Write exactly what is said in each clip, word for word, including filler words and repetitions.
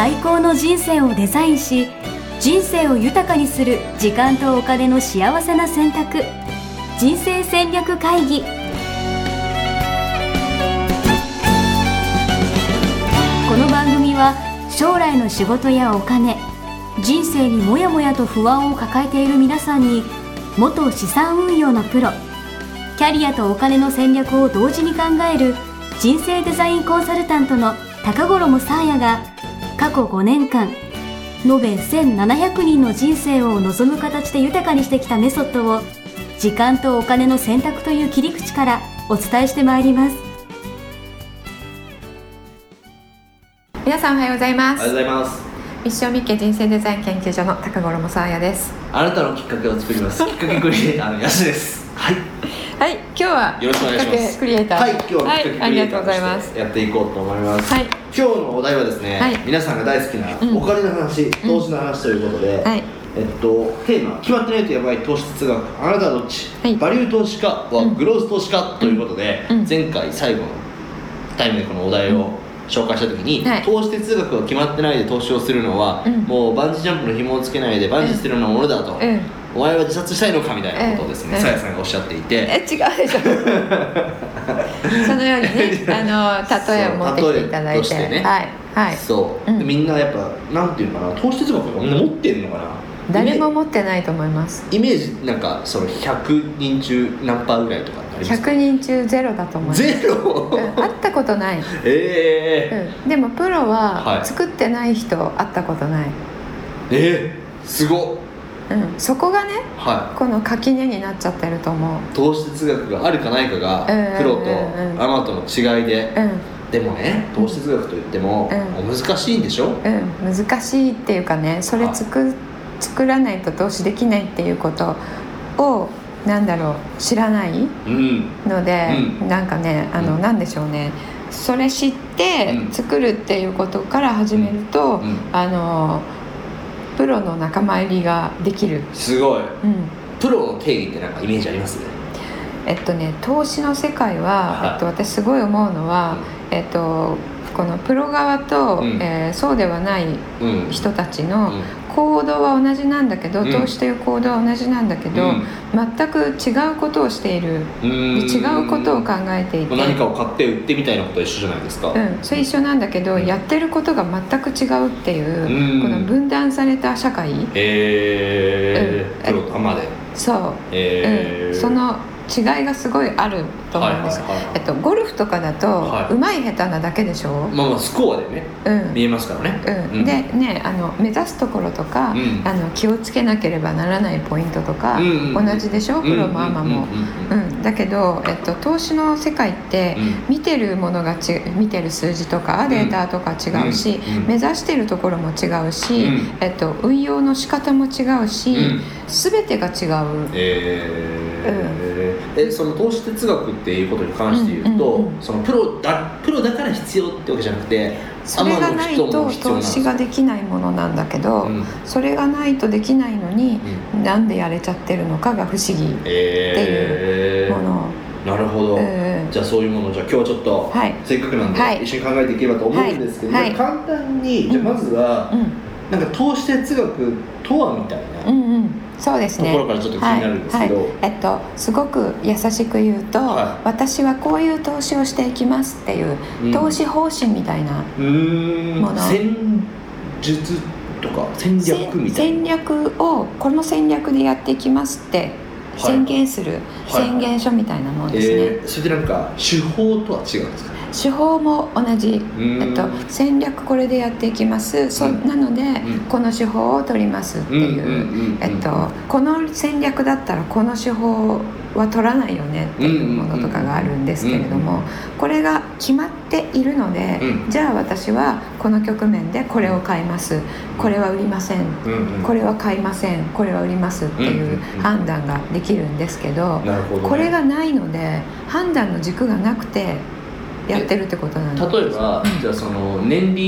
最高の人生をデザインし、人生を豊かにする時間とお金の幸せな選択、人生戦略会議。この番組は将来の仕事やお金、人生にもやもやと不安を抱えている皆さんに、元資産運用のプロ、キャリアとお金の戦略を同時に考える人生デザインコンサルタントの高頃もさあやが、過去ごねんかん延べせんななひゃくにんの人生を望む形で豊かにしてきたメソッドを、時間とお金の選択という切り口からお伝えしてまいります。 皆さんおはようございます。 おはようございます。 ミッションミッケ人生デザイン研究所の高頃もさあやです。 あなたのきっかけを作りますきっかけクリエイターのやすです。はいはい、今日はよろしくお願いします。 きっかけクリエイター。 はい、今日はきっかけクリエイターはい、ありがとうございます。 としてやっていこうと思います。 はい、 今日のお題はですね、 はい、 皆さんが大好きなうんお金の話、うん、投資の話ということで、 はい、 えっと、テーマ決まってないとやばい投資哲学、あなたはどっち、はい、バリュー投資家はグロース投資家ということで、うん、前回最後のタイムでこのお題を紹介したときに、はい、投資哲学が決まってないで投資をするのは、うん、もうバンジージャンプの紐をつけないでバンジーするようなものだと、うん、お前は自殺したいのかみたいなことをですね、さやさんがおっしゃっていて、 え、違うでしょそのようにね、あの例えを持ってきていただいて、としてね、はいはい、 そう、うん、みんなやっぱなんていうのかな、投資哲学とかみんな持ってるのかな。 誰も持ってないと思います。 イメージなんかそのひゃくにん中何パーぐらいとかありますか。 ひゃくにん中ゼロだと思います。 ゼロ、 うん、会ったことない。 ええーうん、でもプロは作ってない人会ったことない。 えー、すごっ。 うん、そこがね、 はい、 この垣根になっちゃってると思う。 投資哲学があるかないかがプロとアマとの違いで、うんうん、でもね、投資哲学といっても、うん、難しいんでしょ。 うん、難しいっていうかね、それ作作らないと投資できないっていうことをなんだろう知らないので、うん、なんかね、あの、うん、なんでしょうね、それ知って作るっていうことから始めると、うん、あのプロの仲間入りができる。 すごい、うん、プロの定義ってなんかイメージありますね。 えっとね、投資の世界は、はい、えっと、私すごい思うのは、うん、えっと、このプロ側と、うん、えー、そうではない人たちの行動は同じなんだけど、うん、投資という行動は同じなんだけど、うん、全く違うことをしている、で違うことを考えていて、 何かを買って売ってみたいなことは一緒じゃないですか。 うん、それ一緒なんだけど、うん、やってることが全く違うっていう、うん、この分断された社会、 えーうん、プロとアマで、 そう、えーうん、その違いがすごいあると思うんです、はいはいはいはい、えっと、ゴルフとかだと、はい、上手い下手なだけでしょ。 まあまあスコアでね、うん、見えますからね、 うんうん、でね、あの目指すところとか、うん、あの気をつけなければならないポイントとか、うんうん、同じでしょ、プロもアマも、うん、だけど、えっと、投資の世界って、うん、見てるものがち見てる数字とかデータとか違うし、うんうん、目指してるところも違うし、うん、えっと、運用の仕方も違うし、うん、全てが違う、 えーうんえその投資哲学っていうことに関して言うと、うんうんうん、そのプロだプロだから必要ってわけじゃなくて、 それがないと投資ができないものなんだけど、うん、それがないとできないのに、うん、なんでやれちゃってるのかが不思議っていうもの、 えー、なるほど、えー、じゃあそういうものをじゃあ今日はちょっと、はい、せっかくなんで、はい、一緒に考えていければと思うんですけど、はいはい、簡単にじゃあまずは、うんうん、なんか投資哲学とはみたいな、 うんうん、そうですね、 ところからちょっと気になるんですけど、 はいはい、えっと、すごく優しく言うと、はい、私はこういう投資をしていきますっていう、うん、投資方針みたいなもの、 戦術とか戦略みたいな、 戦略をこの戦略でやっていきますって宣言する、はい、宣言書みたいなものですね、 はいはい、えー、それでなんか手法とは違うんですか。 手法も同じ、えっと、戦略これでやっていきます、うん、そなので、うん、この手法を取りますっていう、えっと、この戦略だったらこの手法は取らないよねっていうものとかがあるんですけれども、これが決まっているので、うん、じゃあ私はこの局面でこれを買います、これは売りません、うんうん、これは買いません、これは売りますっていう判断ができるんですけど、 なるほどね、 これがないので判断の軸がなくてやってるってことなんです。 例えば、うん、じゃあその年利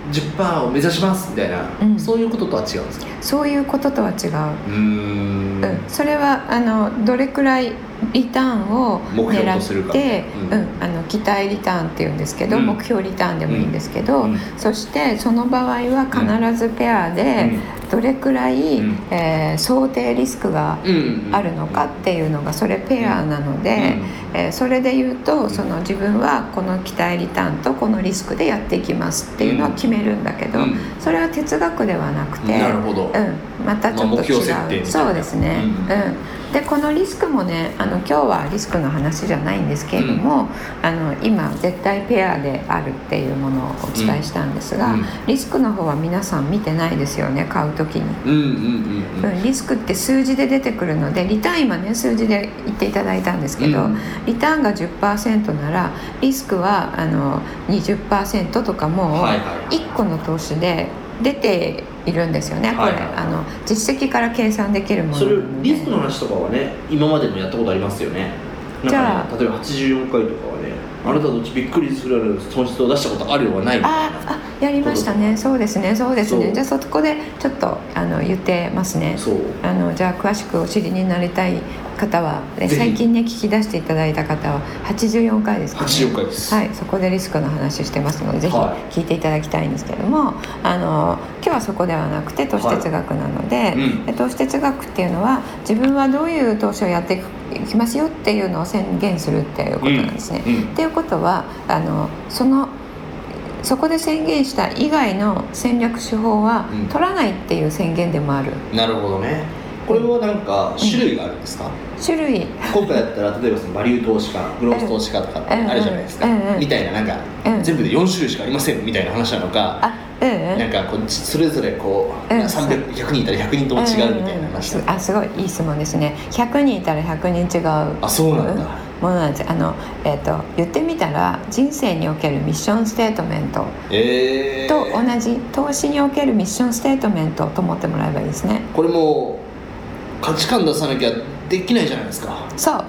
じゅっパーセント を目指しますみたいな、うん、そういうこととは違うんですか？ そういうこととは違う。うーん、 うん、それはあのどれくらいリターンを狙って、うんうん、あの期待リターンっていうんですけど、うん、目標リターンでもいいんですけど、うん、そしてその場合は必ずペアでどれくらい、うんえー、想定リスクがあるのかっていうのがそれペアなので、うんえー、それで言うとその自分はこの期待リターンとこのリスクでやっていきますっていうのは決めるんだけど、うん、それは哲学ではなくて、 なるほど、 うん、またちょっと違う、まあ、目標設定みたいな。そうですね、うんうん、でこのリスクもねあの今日はリスクの話じゃないんですけれども、うん、あの今絶対ペアであるっていうものをお伝えしたんですが、うん、リスクの方は皆さん見てないですよね、買うときに、うんうんうんうん、リスクって数字で出てくるのでリターン今ね数字で言っていただいたんですけど、うん、リターンが じゅっパーセント ならリスクはあの にじゅっパーセント とかもういっこの投資で出ているんですよね、これ、はいはい、あの実績から計算できるものなので。 それリスクの話とかはね今までもやったことありますよね。なんかね、じゃあ例えばはちじゅうよんかいとかはね、あなたどっちびっくりするような損失を出したことあるようはないみたいな。 ああやりましたね。そうですねそうですね。じゃあそこでちょっとあの言ってますね。そうあのじゃあ詳しくお知りになりたい方は最近ね聞き出していただいた方ははちじゅうよんかいですかね。 はちじゅうよんかいです。 はい、そこでリスクの話してますのでぜひ聞いていただきたいんですけども、はい、あの今日はそこではなくて投資哲学なので、はいうん、投資哲学っていうのは自分はどういう投資をやっていきますよっていうのを宣言するっていうことなんですね。うんうん、っていうことはあのそのそこで宣言した以外の戦略手法は取らないっていう宣言でもある、 うん、なるほどね。これはなんか種類があるんですか？ うん、種類今回だったら例えばそのバリュー投資家グロース投資家とかあるじゃないですか、うんうん、みたいななんか、うん、全部でよん種類しかありませんみたいな話なのか、あうんうん、なんかこうそれぞれこう、うん、さんびゃく、ひゃくにんいたらひゃくにんとも違うみたいな話なのか、 うんうん、あすごいいい質問ですね。ひゃくにんいたらひゃくにん違うあそうなんだ、 ものなんです。あの、えーと、言ってみたら人生におけるミッションステートメントと同じ、投資におけるミッションステートメントと思ってもらえばいいですね。 これも価値観出さなきゃできないじゃないですか。 そう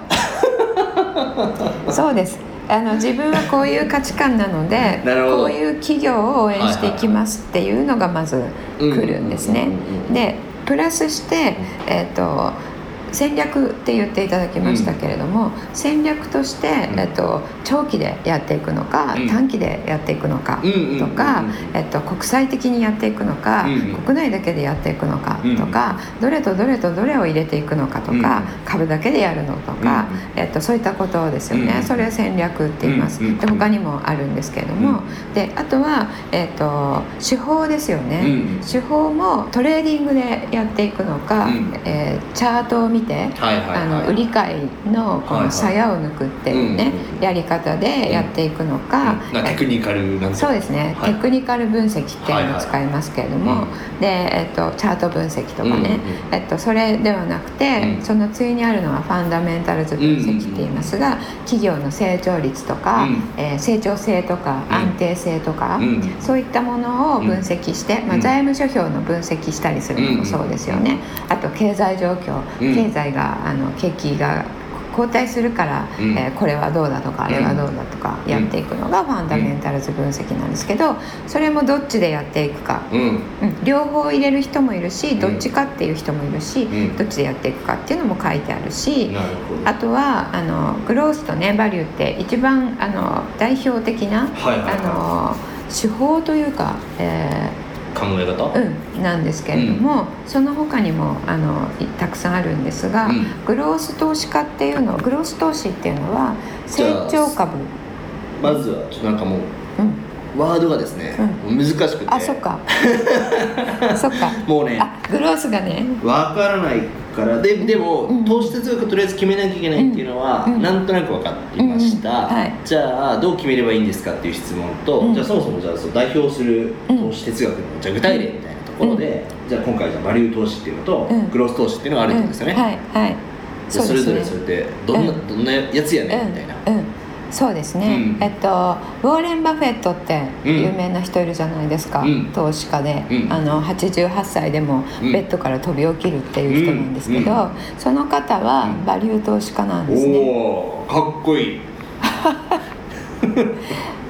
そうです。あの自分はこういう価値観なのでこういう企業を応援していきますっていうのがまず来るんですね。でプラスして、えーと戦略って言っていただきましたけれども、うん、戦略として、えっと、長期でやっていくのか、うん、短期でやっていくのかとか、えっと、国際的にやっていくのか、うん、国内だけでやっていくのかとか、うん、どれとどれとどれを入れていくのかとか、うん、株だけでやるのとか、うん、えっと、そういったことですよね、うん、それを戦略って言います。で他にもあるんですけれども、うん、であとは、えっと、手法ですよね、うん、手法もトレーディングでやっていくのか、うん、えー、チャートを見て、はいはいはい、あの売り買いのこの鞘を抜くっていうね、はいはい、やり方でやっていくのか、 うんうん、テクニカルなんてそうですね、はい、テクニカル分析っていうのを使いますけれども、はいはい、で、えっと、チャート分析とかね、うんうん、えっと、それではなくて、うん、その次にあるのはファンダメンタルズ分析って言いますが、うんうん、企業の成長率とか、うん、えー、成長性とか、うん、安定性とか、うん、そういったものを分析して、うん、まあ、財務諸表の分析したりするのもそうですよね、うん、あと経済状況、うん、経済があの景気が後退するから、うん、えー、これはどうだとかあれはどうだとかやっていくのがファンダメンタルズ分析なんですけど、それもどっちでやっていくか、うんうん、両方入れる人もいるしどっちかっていう人もいるし、うん、どっちでやっていくかっていうのも書いてあるし、あとはあのグロースとねバリューって一番あの代表的な、はいはいはい、あの手法というか、えー考え方、 うん、なんですけれども、うん、その他にもあのたくさんあるんですが、うん、グロース投資家っていうのグロース投資っていうのは成長株。 まずはちょっとなんかもう、うん、ワードがですね、うん、難しくて、 あ、そっかそっかもうね、 あ、グロースがねわからないからで、でも、うん、投資哲学とりあえず決めなきゃいけないっていうのは、うん、なんとなく分かっていました、うんうん、はい、じゃあどう決めればいいんですかっていう質問と、うん、じゃあそもそもじゃあその代表する投資哲学の、じゃあ具体例みたいなところで、うん、じゃあ今回じゃあバリュー投資っていうのと、うん、グロース投資っていうのがあるってことですよね、 うん、はいはい、 じゃあそれぞれそれでどんな、うん、どんなやつやねんみたいな、 うんうん、そうですね、うん、えっと、ウォーレン・バフェットって有名な人いるじゃないですか、うん、投資家で、うん、あのはちじゅうはっさいでもベッドから飛び起きるっていう人なんですけど、うん、その方はバリュー投資家なんですね。 おー、かっこいいうん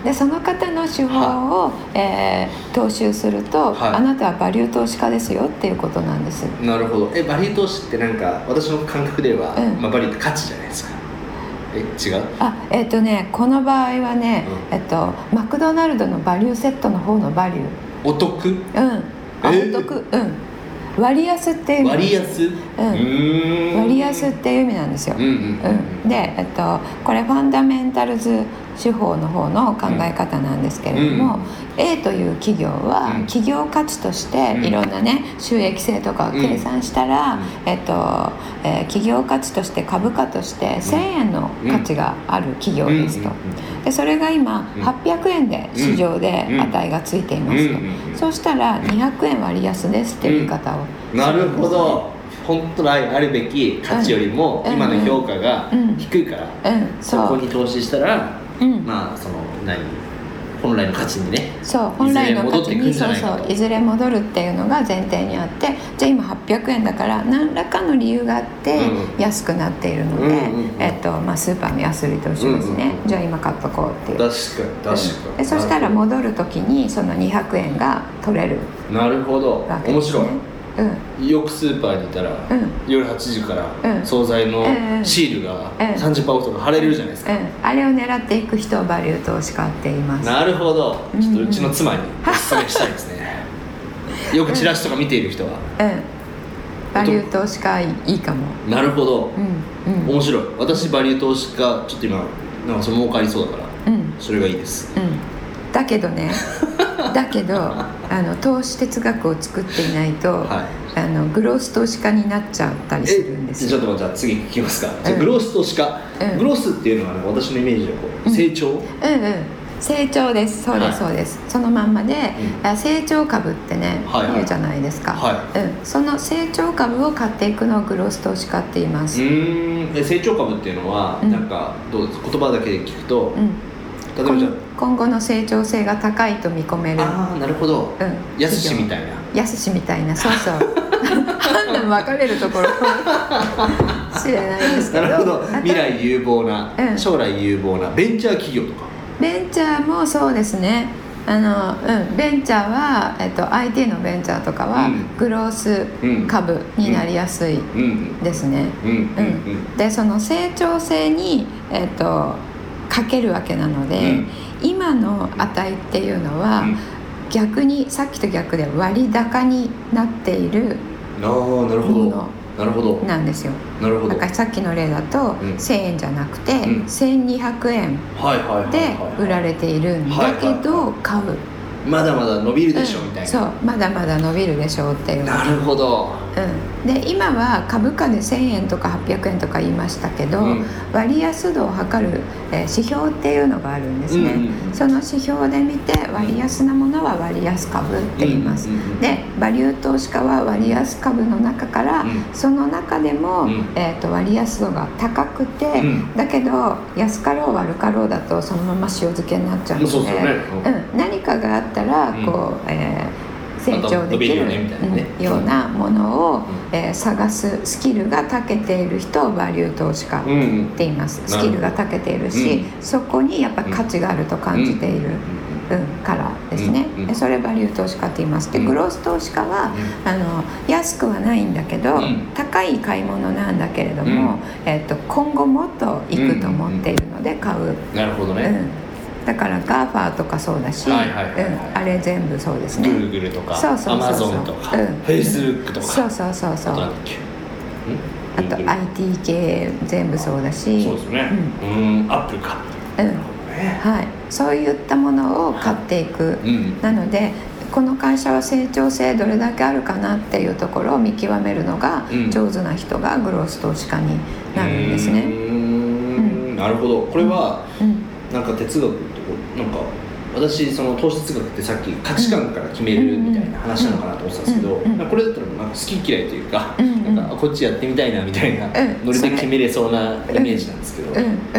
でその方の手法を、えー、踏襲すると、はい、あなたはバリュー投資家ですよっていうことなんです。 なるほど。えバリュー投資ってなんか私の感覚では、うんまあ、バリューって価値じゃないですか。え違うあえっ、ー、とねこの場合はね、うんえっと、マクドナルドのバリューセットの方のバリューお得うんあ、えー、お得うん割安っていう割安、 うん、割安っていう意味なんですよ、うんうんうん、で、えっと、これファンダメンタルズ手法の方の考え方なんですけれども、うん、A という企業は企業価値としていろんなね収益性とかを計算したら、うんえっとえー、企業価値として株価としてせんえんの価値がある企業ですと。でそれが今はっぴゃくえんで市場で値がついていますと。そうしたらにひゃくえん割安ですっていう言い方を、 うん、なるほど。本来あるべき価値よりも今の評価が低いから、うんうんうん、そこに投資したらうん、まあその何本来の価値にねそう本来の価値にそうそういずれ戻るっていうのが前提にあってじゃあ今はっぴゃくえんだから何らかの理由があって安くなっているので、うんうんうんえっとまあ、スーパーの安売りと一緒ですね、うんうん、じゃあ今買っとこうっていう確かに確かに、 うん、でそしたら戻る時にそのにひゃくえんが取れるなるほど、ね、面白いうん、 よくスーパーにいたら、うん、夜はちじから惣菜のシールが さんじゅっパーセント オフとか貼れるじゃないですか、 うんうん、あれを狙っていく人をバリュー投資家って言います。 なるほどちょっとうちの妻にお勧めしたいですねよくチラシとか見ている人は、うんうん、 バリュー投資家いいかも。 なるほど、うんうん、面白い。私バリュー投資家ちょっと今なんかその儲かりそうだから、うん、それがいいです、うん、 だけどねだけどあの投資哲学を作っていないと、はい、あのグロース投資家になっちゃったりするんですよ。 ちょっとじゃあ次聞きますか、うん、じゃあグロース投資家、うん、グロースっていうのは、ね、私のイメージでこう成長、うん、うんうん成長です。そうです、そうです、はい、そのまんまで、うん、成長株ってね、はいはい、言うじゃないですか、はいうん、その成長株を買っていくのをグロース投資家って言います。 うーんで成長株っていうのは、うん、なんかどうです言葉だけで聞くと、うん例えばじゃ今後の成長性が高いと見込めるああなるほど、うん、やすしみたいなやすしみたいなそうそう判断分かれるところかもしれないですけどなるほど未来有望な、うん、将来有望なベンチャー企業とかベンチャーもそうですねあの、うん、ベンチャーは、えっと、アイティー のベンチャーとかは、うん、グロース株になりやすいですねでその成長性に、えっとかけるわけなので、うん、今の値っていうのは、うん、逆にさっきと逆で割高になっているものなんですよ。 なるほど。 だからさっきの例だと、うん、せんえんじゃなくて、うん、せんにひゃくえんで売られているんだけど買うまだまだ伸びるでしょ、うん、みたいなそうまだまだ伸びるでしょうっていうなるほど、 うん、で今は株価でせんえんとかはっぴゃくえんとか言いましたけど、うん、割安度を測る、えー、指標っていうのがあるんですね、うんうんうん、その指標で見て割安なものは割安株って言います、うんうんうん、でバリュー投資家は割安株の中から、うん、その中でも、うんえー、と割安度が高くて、うん、だけど安かろう悪かろうだとそのまま塩漬けになっちゃうので、うんねうん、何かがあったらこう、えー、成長できる、ねねうん、ようなものを、うんえー、探すスキルが長けている人をバリュー投資家って言います、うん、スキルが長けているし、うん、そこにやっぱ価値があると感じている、うんうん、からですね、うん、それバリュー投資家って言います。でグロース投資家は、うん、あの安くはないんだけど、うん、高い買い物なんだけれども、うんえー、と今後もっといくと思っているので買う、うんうん、 なるほどね、うんだからガーファーとかそうだし、はいはいはいはいうん、あれ全部そうですね。 Google とか Amazon とか、うん、Facebook とかそうそうそうそう。あと アイティー 系全部そうだし、 そうですね。うん、うん、Apple か。 うん、はい。そういったものを買っていく。うん、なのでこの会社は成長性どれだけあるかなっていうところを見極めるのが上手な人がグロース投資家になるんですね。うんうん、なるほど。これは、うん、なんか哲学なんか私その投資哲学ってさっき価値観から決めるみたいな話なのかなと思ってたんですけど、うんうん、これだったらなんか好き嫌いというか、うんうん、なんかこっちやってみたいなみたいなノリで決めれそうなイメージなんですけど、うんうんうん、 こ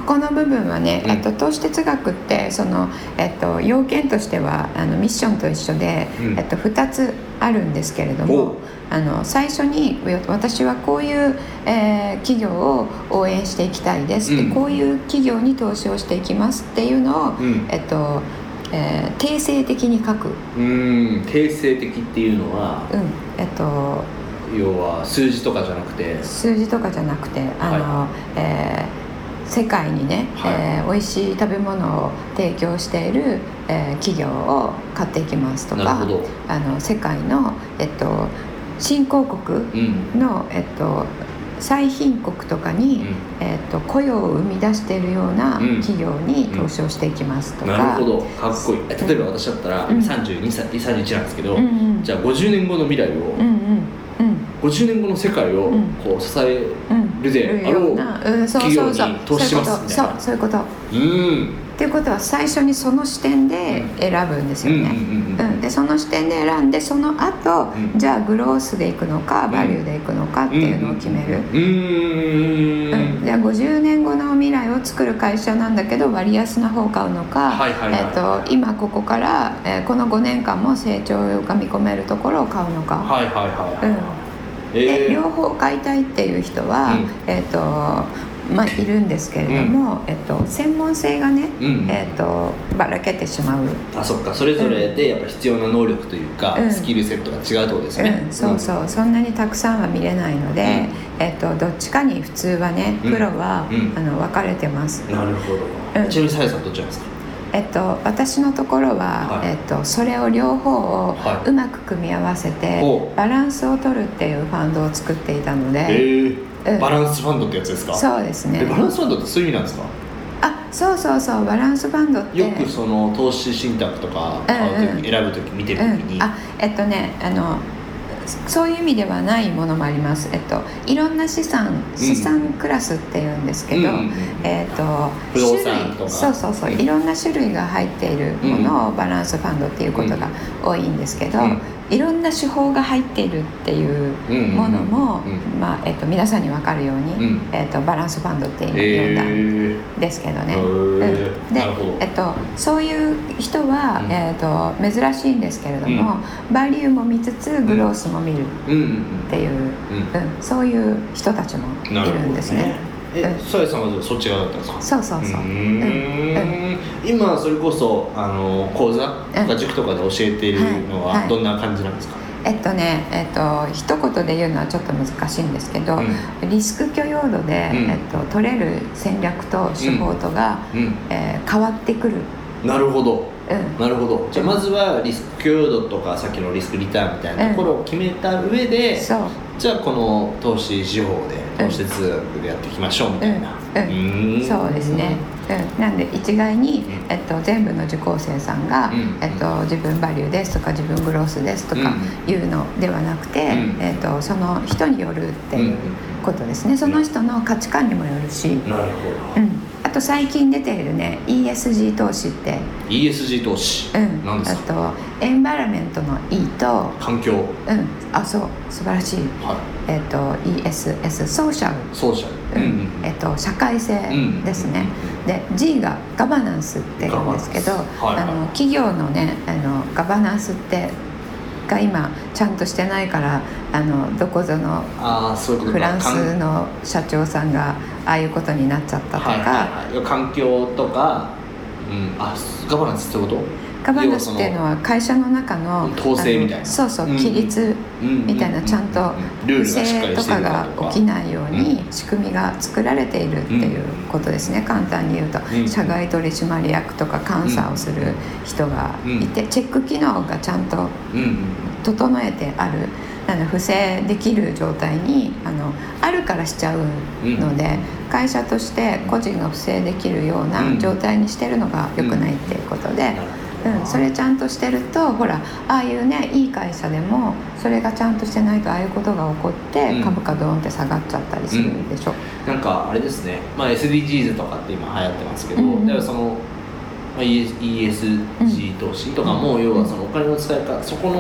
ここの部分はね、 うん、 えっと、投資哲学ってその、えっと、要件としてはあのミッションと一緒で、うん、えっと、ふたつあるんですけれども、あの最初に私はこういう、えー、企業を応援していきたいですって、うん、こういう企業に投資をしていきますっていうのを、うん、えっとえー、定性的に書く。 うーん、定性的っていうのは、 うん、えっと要は数字とかじゃなくて数字とかじゃなくてあの、はい、えー、世界にね、はい、えー、美味しい食べ物を提供している、えー、企業を買っていきますとか、あの世界の、えっと、新興国の、うん、えっと最貧国とかに、うん、えー、と雇用を生み出しているような企業に投資をしていきますとか、 うんうん、なるほど、かっこいい。例えば私だったら、うん、さんじゅうにさい、さんじゅういちなんですけど、うんうん、じゃあごじゅうねんごの未来を、うんうんうん、ごじゅうねんごの世界をこう支えるであろう企業に投資しますみたいな。 そうそういうこと。うんっていうことは最初にその視点で選ぶんですよね。でその視点で選んで、その後、うん、じゃあグロースでいくのかバリューでいくのかっていうのを決める。うんうん、じゃあごじゅうねんごの未来を作る会社なんだけど割安な方を買うのか、はいはいはい、えー、と今ここから、えー、このごねんかんも成長が見込めるところを買うのか、はいはいはい、うん、で、えー、両方買いたいっていう人は、うん、えーとまあ、いるんですけれども、うん、えっと、専門性がね、うん、えっと、ばらけてしまう。 あ、そっか、それぞれでやっぱ必要な能力というか、うん、スキルセットが違うってことですね、 うん、そうそう、そんなにたくさんは見れないので、うん、えっと、どっちかに普通はね、プロは、うん、あの分かれてます。 なるほど、うん、ちなみにさやさんどっちなんですか？ えっと、私のところは、はい、えっと、それを両方をうまく組み合わせて、はい、バランスを取るっていうファンドを作っていたので、へー、 うん、バランスファンドってやつですか？ そうですね。 バランスファンドってそういう意味なんですか？ あ、そうそうそう、バランスファンドってよくその投資信託とか買う時、うんうん、選ぶ時見てる時に、うん、 あ、えっとね、あのそういう意味ではないものもあります。えっと、いろんな資産、資産クラスっていうんですけど、うん、えっと、 不動産とか、 そうそうそう、いろんな種類が入っているものをバランスファンドっていうことが多いんですけど、うん、いろんな手法が入っているっていうものも、うん、まあ、えっと、皆さんに分かるように、うん、えっと、バランスファンドって呼んだんですけどね、うん、で、えっと、そういう人は、うん、えっと、珍しいんですけれども、うん、バリューも見つつグロースも見るっていう、うんうんうん、そういう人たちもいるんですね。 え、さやさんはそっち側だったんですか？ そうそうそう。うーん、うん、 今それこそあの講座とか塾とかで教えているのはどんな感じなんですか？ はいはい、えっとね、えっと一言で言うのはちょっと難しいんですけど、うん、リスク許容度で、うん、えっと、取れる戦略と手法とが、うんうん、えー、変わってくる。 なるほど。うん、なるほど。じゃあまずはリスク許容度とかさっきのリスクリターンみたいなところを決めた上で、うん、そう、じゃあこの投資手法で投資哲学でやっていきましょうみたいな、 うんうんうん、そうですね、うん、なんで一概に、えっと、全部の受講生さんが、うん、えっと、自分バリューですとか自分グロースですとかいうのではなくて、うん、えっと、その人によるっていうことですね。その人の価値観にもよるし、 なるほど、 うん、あと最近出ているね イーエスジー 投資ってイーエスジー 投資、うん、何ですか？ あとエンバラメントの E と環境、 うん、あ、そう、素晴らしい、はい、えっと イーエスエス ソーシャル、 ソーシャル、うんうん、 えっと、社会性ですね、うんうんうん、で G がガバナンスって言うんですけど、はいはい、あの企業のね、あのガバナンスってが今ちゃんとしてないから、あのどこぞのフランスの社長さんがああいうことになっちゃったとか、はいはいはい、 環境とか、うん、あ、ガバナンスってこと？ ガバナンスっていうのは会社の中の統制みたいな、 そうそう、規律みたいな、ちゃんと不正とかが起きないように仕組みが作られているっていうことですね。簡単に言うと、社外取締役とか監査をする人がいて、チェック機能がちゃんと整えてある、なので不正できる状態に あのあるからしちゃうので、会社として個人が不正できるような状態にしてるのが良くないっていうことで、うん、それちゃんとしてると、ほら、ああいうね、いい会社でもそれがちゃんとしてないとああいうことが起こって株価ドーンって下がっちゃったりするでしょ、 うん、なんかあれですね、まあ、エスディージーズ とかって今流行ってますけど、うん、だからその、まあ、イーエスジー 投資とかも、うん、要はそのお金の使い方、そこの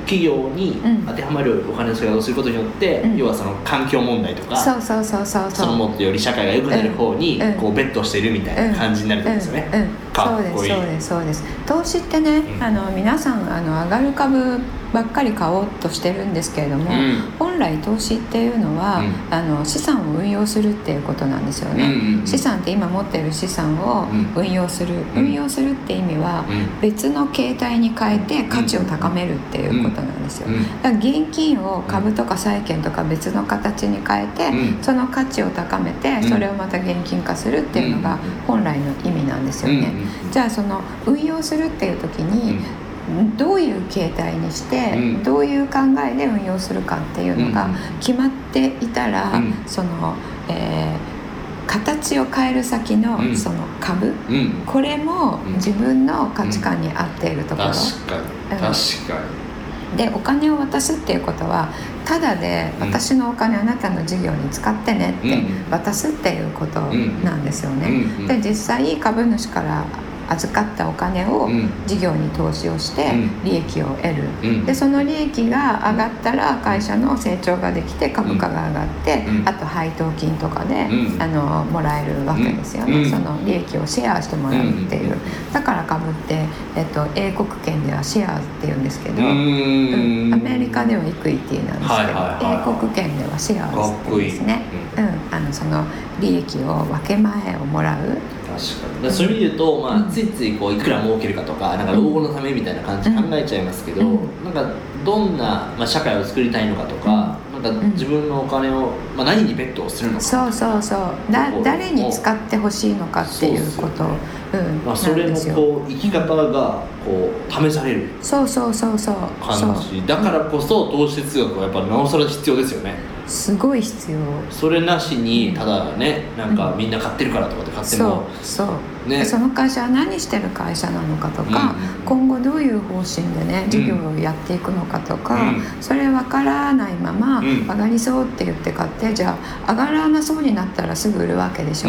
企業に当てはまるお金の使い方をすることによって、うん、要はその環境問題とか、 そうそうそうそうそのもっとより社会が良くなる方にこうベットしてるみたいな感じになるんですよね、 うんうんうん、 かっこいい。 そうですそうですそうです。投資ってね、うん、あの皆さんあの上がる株ばっかり買おうとしてるんですけれども、うん、本来投資っていうのは、うん、あの資産を運用するっていうことなんですよね、うんうんうん、資産って今持っている資産を運用する、うん、運用するって意味は、うん、別の形態に変えて価値を高めるっていうことなんですよ、うん、だから現金を株とか債券とか別の形に変えて、うん、その価値を高めてそれをまた現金化するっていうのが本来の意味なんですよね、うん、じゃあその運用するっていう時に、うん、どういう形態にして、うん、どういう考えで運用するかっていうのが決まっていたら、うん、その、えー、形を変える先のその株、うん、これも自分の価値観に合っているところ、うん、 確かに確かに、でお金を渡すっていうことはただで私のお金あなたの事業に使ってねって渡すっていうことなんですよね、うん、で実際株主から預かったお金を事業に投資をして利益を得る、うん、でその利益が上がったら会社の成長ができて株価が上がって、うん、あと配当金とかで、うん、あのもらえるわけですよね、うん、その利益をシェアしてもらうっていう、だから株って、えっと、英国圏ではシェアっていうんですけど、うん、アメリカではイクイティなんですけど、はいはいはい、英国圏ではシェアって言うんですね、うん、あのその利益を分け前をもらう。 確かに。そういう意味で言うと、まあ、ついついこういくら儲けるかとか、なんか老後のためみたいな感じで考えちゃいますけど、うん、なんかどんな、まあ、社会を作りたいのかとか、うん、なんか自分のお金を、まあ、何にベットをするのか、 そうそうそうだ誰に使ってほしいのかっていうこと、うん、 まあ、それもこう生き方がこう試されるそうそうそうそう感じだからこそ投資哲学はやっぱなおさら必要ですよね。 すごい必要。 それなしにただね、なんかみんな買ってるからとかって買っても、 そうそう、ね、その会社は何してる会社なのかとか、うん、今後どういう方針でね事業をやっていくのかとか、うん、それ分からないまま、うん、上がりそうって言って買ってじゃあ上がらなそうになったらすぐ売るわけでしょ、うん、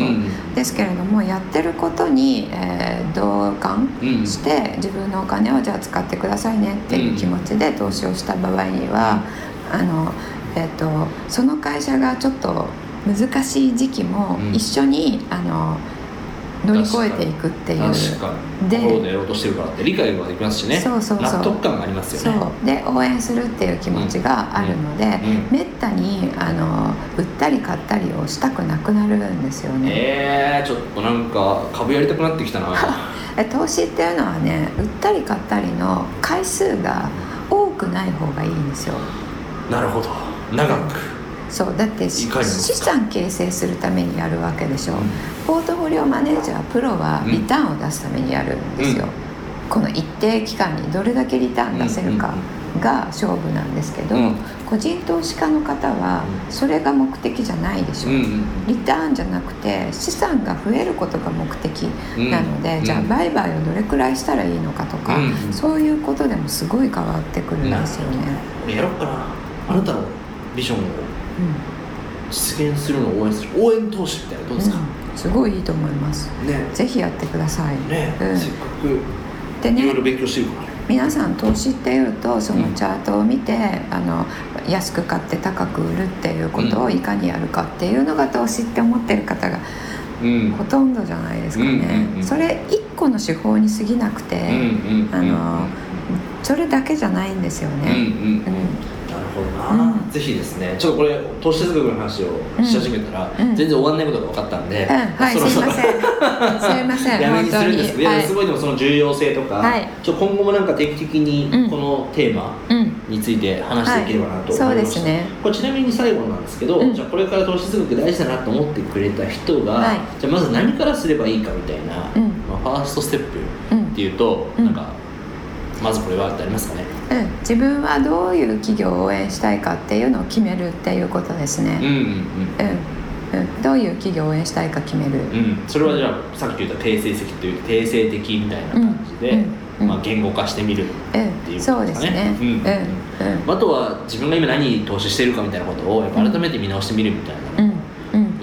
ですけれどもやってることに、えー、同感して、うん、自分のお金をじゃあ使ってくださいねっていう気持ちで投資をした場合には、うん、あのえー、とその会社がちょっと難しい時期も一緒に、うん、あの乗り越えていくっていう。 確かにで心でやろうとしてるからって理解ができますしね。 そうそうそう納得感がありますよね。 そうで応援するっていう気持ちがあるので、うんうん、めったにあの売ったり買ったりをしたくなくなるんですよね。 えー、ちょっとなんか株やりたくなってきたな投資っていうのはね売ったり買ったりの回数が多くない方がいいんですよ。 なるほど。長く、 そうだって資産形成するためにやるわけでしょ、うん、ポートフォリオマネージャープロはリターンを出すためにやるんですよ、うん、この一定期間にどれだけリターン出せるかが勝負なんですけど、うん、個人投資家の方はそれが目的じゃないでしょ、うん、リターンじゃなくて資産が増えることが目的なので、うん、じゃあ売買をどれくらいしたらいいのかとか、うん、そういうことでもすごい変わってくるんですよね。 やろうかな、あなたのビジョンを実現するのを応援する応援投資みたいなどうですか、 うん、すごいいいと思います、ね、ぜひやってください、 ねうん、せっかくで、ね、いろいろ勉強してるからね。 皆さん投資っていうとそのチャートを見て、うん、あの安く買って高く売るっていうことをいかにやるかっていうのが投資って思ってる方がほとんどじゃないですかね、うんうんうん、それ一個の手法に過ぎなくて、うんうんうん、あのそれだけじゃないんですよね、うんうんうんなうん、ぜひですね、ちょっとこれ投資哲学の話をし始めたら、うん、全然終わんないことが分かったんで、 うんはい、すいませんすいませんやめにするんですけど、はい、すごいでもその重要性とか、はい、ちょ今後もなんか定期的にこのテーマについて話していければなと思いました、はいはい、そうですね、これちなみに最後なんですけど、うん、じゃあこれから投資哲学大事だなと思ってくれた人が、はい、じゃあまず何からすればいいかみたいな、うんまあ、ファーストステップっていうと、うん、なんかまずこれはってありますかね。 うん、自分はどういう企業を応援したいかっていうのを決めるっていうことですね。うんうんうんうんうん、どういう企業を応援したいか決める、うん、 それはじゃあさっき言った定性的という定性的みたいな感じで、うんうんまあ、言語化してみるっていうことですかね、うん、そうですね、うんうんうん、あとは自分が今何に投資しているかみたいなことをやっぱ改めて見直してみるみたいな、うんうん、い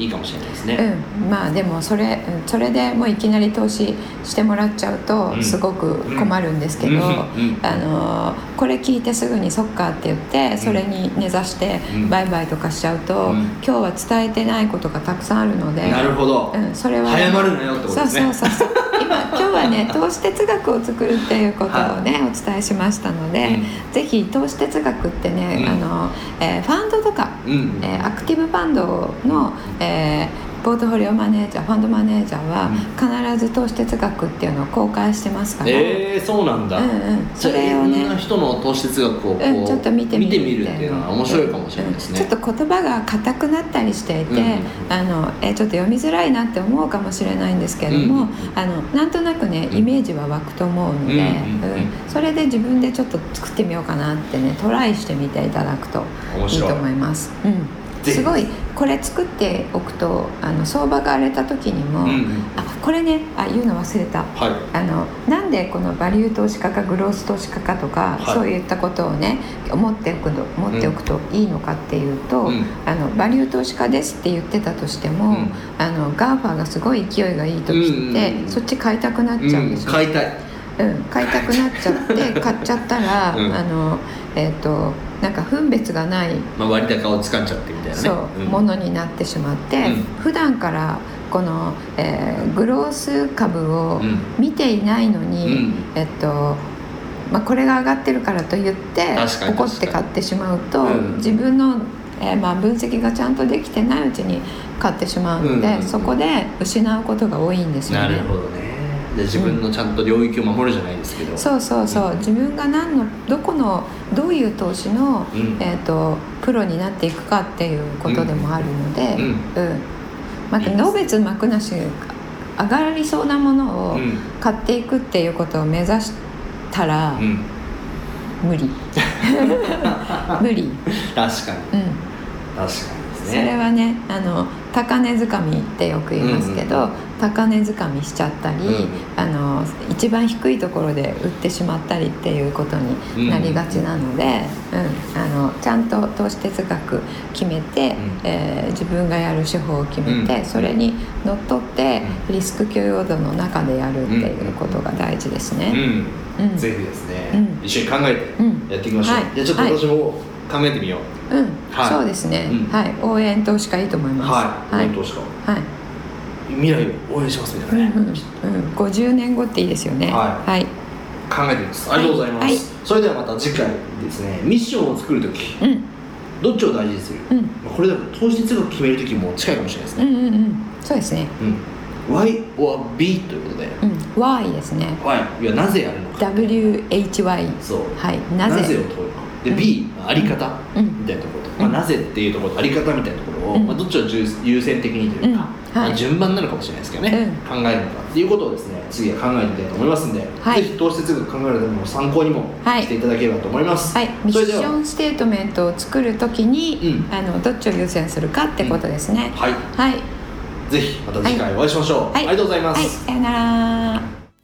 いいかもしれないですね。 うん、まあでもそれそれでもういきなり投資してもらっちゃうとすごく困るんですけど、あのこれ聞いてすぐにそっかって言ってそれに根ざして売買とかしちゃうと、うん、今日は伝えてないことがたくさんあるので、 なるほど、 うん、それは早まるなよってことですね。 そうそうそうそう今今日はね投資哲学を作るっていうことをね、はい、お伝えしましたので、うん、ぜひ投資哲学ってね、うん、あのえー、ファンドとか、うん、えー、アクティブファンドの、えーポートフォリオマネージャー、ファンドマネージャーは必ず投資哲学っていうのを公開してますから、 えー、そうなんだ、うんうん、 それをね、 いろんな人の投資哲学をこう、うん、 ちょっと見てみる見てみるっていうのは面白いかもしれないですね、 うん、ちょっと言葉が硬くなったりしていて、うんうん、あのえー、ちょっと読みづらいなって思うかもしれないんですけれども、うんうん、あのなんとなくねイメージは湧くと思うので、うんうんうん、それで自分でちょっと作ってみようかなってねトライしてみていただくといいと思います。うん、すごいこれ作っておくとあの相場が荒れた時にも、うんうん、あこれねあ言うの忘れた、はい、あのなんでこのバリュー投資家かグロース投資家かとか、はい、そういったことをね持っておくの持っておくといいのかっていうと、うん、あのバリュー投資家ですって言ってたとしても、うん、あのガーファーがすごい勢いがいい時って、うんうん、そっち買いたくなっちゃうんですよ、 うん、買いたいうん、買いたくなっちゃって買っちゃったら、うん、あのえーと、なんか分別がない、 まあ、割高を使っちゃってみたいなね、 そう、うん、ものになってしまって、うん、普段からこの、えー、グロース株を見ていないのに、うん、えっとまあ、これが上がってるからと言って怒って買ってしまうと、うん、自分の、えーまあ、分析がちゃんとできてないうちに買ってしまうので、うんうんうん、そこで失うことが多いんですよね。 なるほどね。で自分のちゃんと領域を守るじゃないですけど、うん、 そうそうそう、うん、自分が何のどこのどういう投資の、うん、えーと、プロになっていくかっていうことでもあるので、うんうん、またのべつ幕なし上がりそうなものを買っていくっていうことを目指したら、うん、無理無理確かに、うん、確かにですね。 それはねあの高値掴みってよく言いますけど、うんうんうん、高値掴みしちゃったり、うん、あの一番低いところで売ってしまったりっていうことになりがちなので、うんうん、あのちゃんと投資哲学決めて、うん、えー、自分がやる手法を決めて、うん、それにのっとってリスク許容度の中でやるっていうことが大事ですね、 うんうん、ぜひですね、うん、一緒に考えてやっていきましょう、はい、じゃあちょっと私も考えてみよう、 うん、はい、そうですね、うん、はい、応援投資家いいと思います、 はい、応援投資家、はい、未来を応援しますみたいなね、うんうんうん、 ごじゅうねんごっていいですよね、 はい、はい、考えてみます。ありがとうございます、はい、それではまた次回ですね、ミッションを作るとき、うん、どっちを大事にする、うん、これだと投資哲学決めるときも近いかもしれないですね、 うんうんうん、そうですね、 うん、Y or B ということで、 うん、Y ですね。 Y いやなぜやるのか、 ダブリューエイチワイ、 そう、 はい、なぜ、 なぜを問うのかで、うん、B あり方、うん、みたいなところと、まあ、なぜっていうところとあり方みたいなところを、うん、まあ、どっちを優先的にというか、うん、はい、まあ、順番なのかもしれないですけどね、うん、考えるのかっていうことをですね次は考えてみたいと思いますので、はい、ぜひ投資哲学考えるための参考にもしていただければと思います、 はいはい、ミッションステートメントを作るときに、うん、あのどっちを優先するかってことですね、 うん、はい、 はい、 ぜひまた次回お会いしましょう、はい、ありがとうございます、はい、 さよなら。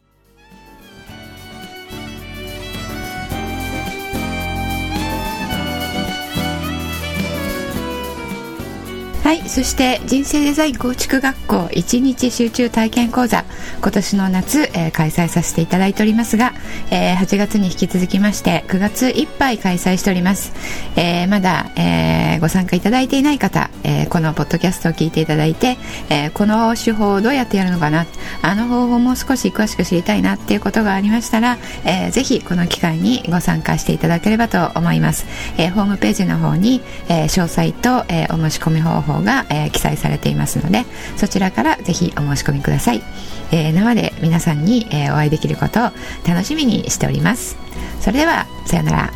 はい、そして人生デザイン構築学校いちにち集中体験講座、今年の夏、えー、開催させていただいておりますが、えー、はちがつに引き続きましてくがついっぱい開催しております、えー、まだ、えー、ご参加いただいていない方、えー、このポッドキャストを聞いていただいて、えー、この手法をどうやってやるのかな、あの方法もう少し詳しく知りたいなっていうことがありましたら、えー、ぜひこの機会にご参加していただければと思います、えー、ホームページの方に、えー、詳細と、えー、お申し込み方法が、えー、記載されていますので、そちらからぜひお申し込みください、えー、生で皆さんに、えー、お会いできることを楽しみにしております。それではさよなら。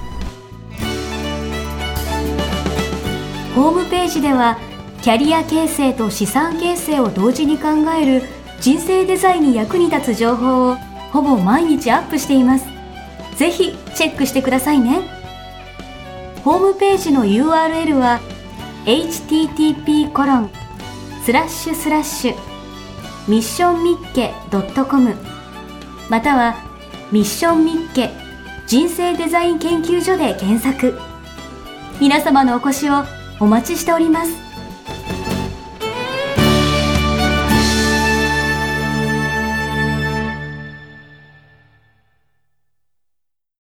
ホームページではキャリア形成と資産形成を同時に考える人生デザインに役に立つ情報をほぼ毎日アップしています。ぜひチェックしてくださいね。ホームページの ユーアールエル は エイチティーティーピーコロンスラッシュスラッシュミッションミッケドットコム またはミッションミッケ人生デザイン研究所で検索。皆様のお越しをお待ちしております。